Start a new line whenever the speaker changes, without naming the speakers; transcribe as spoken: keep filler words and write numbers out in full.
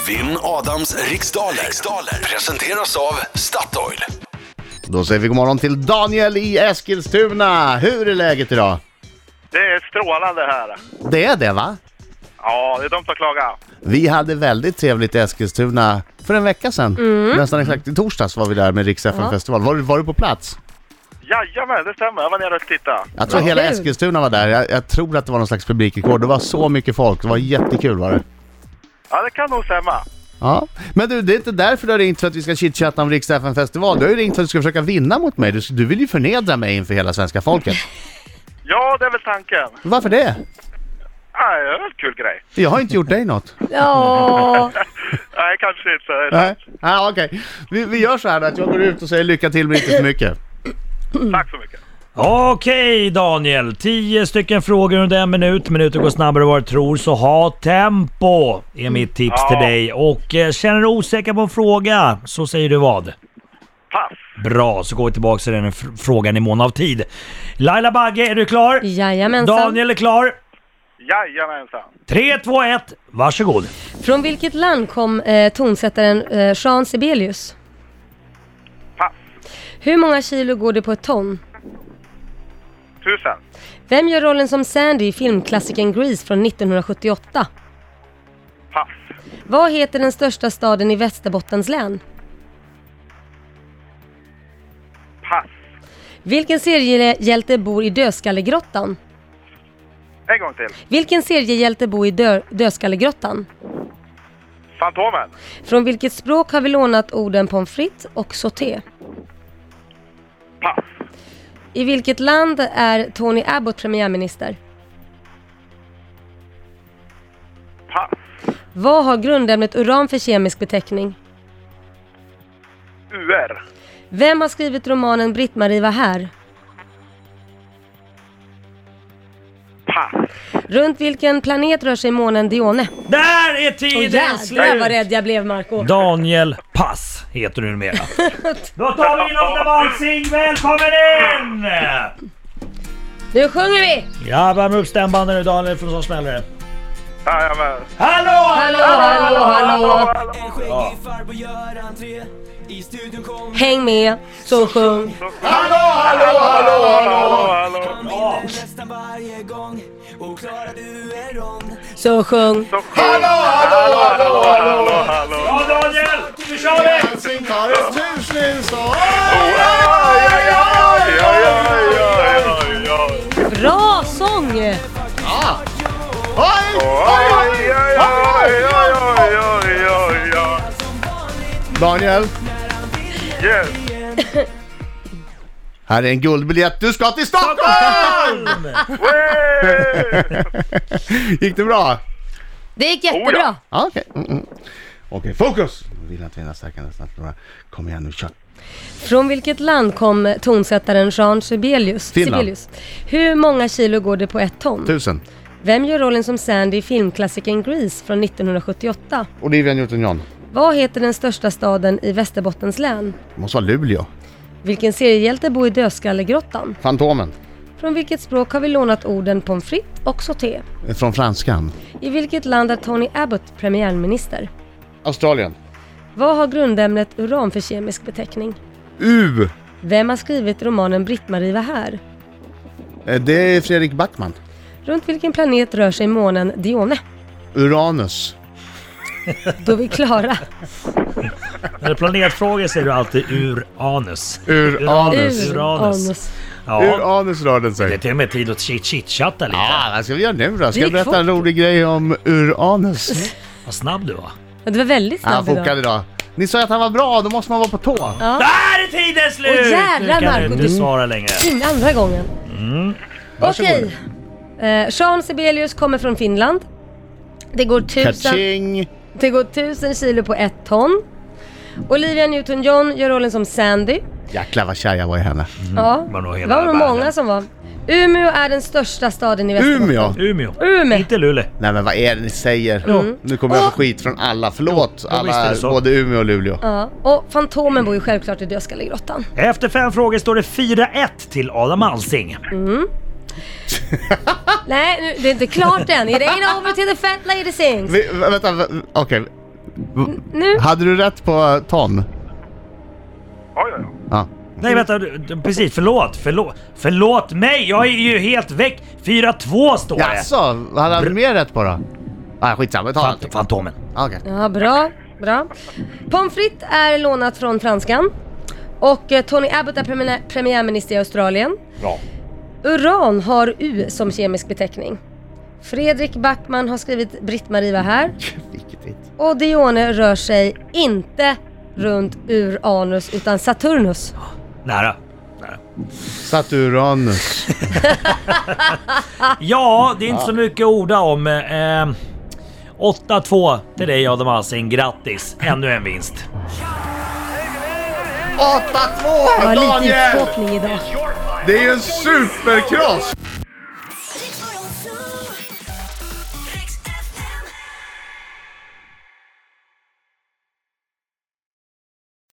Vinn Adams riksdaler. riksdaler presenteras av Statoil.
Då säger vi god morgon till Daniel i Eskilstuna. Hur är läget idag?
Det är strålande här.
Det är det, va?
Ja, det är dumt att klaga.
Vi hade väldigt trevligt i Eskilstuna för en vecka sedan. Mm. Nästan exakt i torsdags var vi där med Riks F M-festival. Var, var du på plats?
Jajamän, det stämmer. Jag var nere och tittade.
Jag tror hela Eskilstuna var där. Jag, jag tror att det var någon slags publikrekord. Det var så mycket folk. Det var jättekul, var det?
Ja, det kan nog stämma.
Ja, men du, det är inte därför du har ringt för att vi ska chitchatta om Riks F M-festival. Du har ju ringt för att du ska försöka vinna mot mig. Du, du vill ju förnedra mig inför hela svenska folket.
Ja, det är väl tanken.
Varför det?
Ja, det är väl en kul grej.
Jag har inte gjort dig något.
Ja.
Nej, kanske inte.
Nej, ah, okej. Okay. Vi, vi gör så här att jag går ut och säger lycka till men inte för mycket.
Tack så mycket.
Okej Daniel, tio stycken frågor under en minut. Minuten går snabbare än vad du tror, så ha tempo är mitt tips
Ja.
till dig. Och eh, känner du osäker på en fråga så säger du vad?
Pass.
Bra, så går vi tillbaka till den f- frågan i mån av tid. Laila Bagge, är du klar?
Jajamensan.
Daniel är klar.
Jajamensan.
tre, två, ett, varsågod.
Från vilket land kom eh, tonsättaren eh, Jean Sibelius?
Pass.
Hur många kilo går det på ett ton?
Tusen.
Vem gör rollen som Sandy i filmklassikern Grease från nittonhundrasjuttioåtta?
Pass.
Vad heter den största staden i Västerbottens län?
Pass.
Vilken seriehjälte bor i Dödskallegrottan?
En gång till.
Vilken seriehjälte bor i dö- Dödskallegrottan?
Fantomen.
Från vilket språk har vi lånat orden pommes frites och sauté?
Pass.
I vilket land är Tony Abbott premiärminister?
Pass.
Vad har grundämnet uran för kemisk beteckning?
U R.
Vem har skrivit romanen Britt-Marie var här?
Pass.
Runt vilken planet rör sig månen Dione?
Där är
Åh
tiden
jävlar vad
slut!
rädd jag blev, Marco.
Daniel Pass heter du numera. Då tar vi in Adam Alsing, välkommen in!
Nu sjunger vi!
Ja, värm upp stämbanden nu Daniel, för så smäller det.
Jajamän.
Hallå,
Hallå, hallå, hallå!
En skäggig farbror gör entré. I studion kommer
Häng med, så sjung.
Hallå, hallå, hallå, hallå!
Hallå.
han vinner nästan varje gång. Och klarar du en rond
Så sjung.
Så hallå, hallå, hallå, hallå, hallå.
Ja Daniel, nu kör vi!
Helsingborgs tursning.
Bra sång!
Ja! Oj!
Oj, oj, oj, oj, oj, oj, oj.
Daniel,
Yes.
här är en guldbiljett. Du ska till Stockholm! Gick det bra?
Det gick jättebra.
Ja, okej. Mm, mm. Okej, fokus! Jag vill att vinna starkare snabbt. Kom igen nu, kör.
Från vilket land kom tonsättaren Jean Sibelius?
Finland.
Sibelius? Hur många kilo går det på ett ton?
Tusen.
Vem gör rollen som Sandy i filmklassikern Grease från nittonhundrasjuttioåtta?
Olivia Newton-John.
Vad heter den största staden i Västerbottens län?
Det måste vara Luleå.
Vilken seriehjälte bor i Dödskallegrottan?
Fantomen.
Från vilket språk har vi lånat orden pommes frites och sauté?
Från franskan.
I vilket land är Tony Abbott premiärminister?
Australien.
Vad har grundämnet uran för kemisk beteckning?
U.
Vem har skrivit romanen Britt-Marie var här?
Eh, Det är Fredrik Backman.
Runt vilken planet rör sig månen Dione?
Uranus.
Då är vi klara.
När det planetfrågor säger du alltid ur anus.
Uranus.
Uranus. Ja,
Uranus rör den
det är
sig.
till och med tid att chit-chit-chatta lite.
Ja, vad ska vi göra nu då? Ska
Det
jag
gick
berätta en
fort.
rolig grej om Uranus?
Vad snabb du var.
Ja, det var väldigt
Ja,
snabbt
fokade
idag.
idag. Ni sa att han var bra, då måste man vara på tå.
Ja.
Där är tiden slut!
Åh, jävlar,
Nu kan du
Marco,
inte
du-
svara längre.
In, andra gången.
Varsågod.
Okej. Eh, Jean Sibelius kommer från Finland. Det går tusen,
Kaching.
det går tusen kilo på ett ton. Olivia Newton-John gör rollen som Sandy.
Jäklar vad kär jag var i henne.
Ja,
var nog
det
hela
var nog
världen.
många som var. Umeå är den största staden i Västerbotten.
Umeå.
Umeå.
Umeå.
Inte Luleå.
Nej men vad är det ni säger?
Mm.
Nu kommer jag få
Och-
skit från alla. Förlåt
Jo, visst är
alla,
det så.
både Umeå och Luleå.
Ja, och Fantomen bor ju självklart i Dödskallegrottan.
Efter fem frågor står det fyra ett till Adam Alsing.
Nej, nu, det är inte klart än. It ain't over till the fat lady sings.
Vi, vä- vänta, vä- okej.
Nu?
Hade du rätt på ton?
Ja, ja, ja.
Ja.
Nej vänta, du- du- precis, förlåt, förlåt, förlåt mig, jag är ju helt väck. fyra två står det.
Jaså, hade han mer rätt på då? Ah, skitsamma, ta
Fant-
den.
Fantomen.
Okej.
Ja, bra. Bra. Pommes frites är lånat från franskan. Och eh, Tony Abbott är premiär- premiärminister i Australien.
Bra.
Uran har U som kemisk beteckning. Fredrik Backman har skrivit Britt-Marie var här.
Vilket hit.
Och Dione rör sig inte runt Uranus utan Saturnus.
Nära. Nära.
Saturnus.
Ja, det är inte så mycket att orda om. Eh, åtta två till dig Adam Alsing, grattis. Ännu en vinst.
åtta två
Jag har lite
Daniel!
utskåpning idag.
Det är ju en supercross!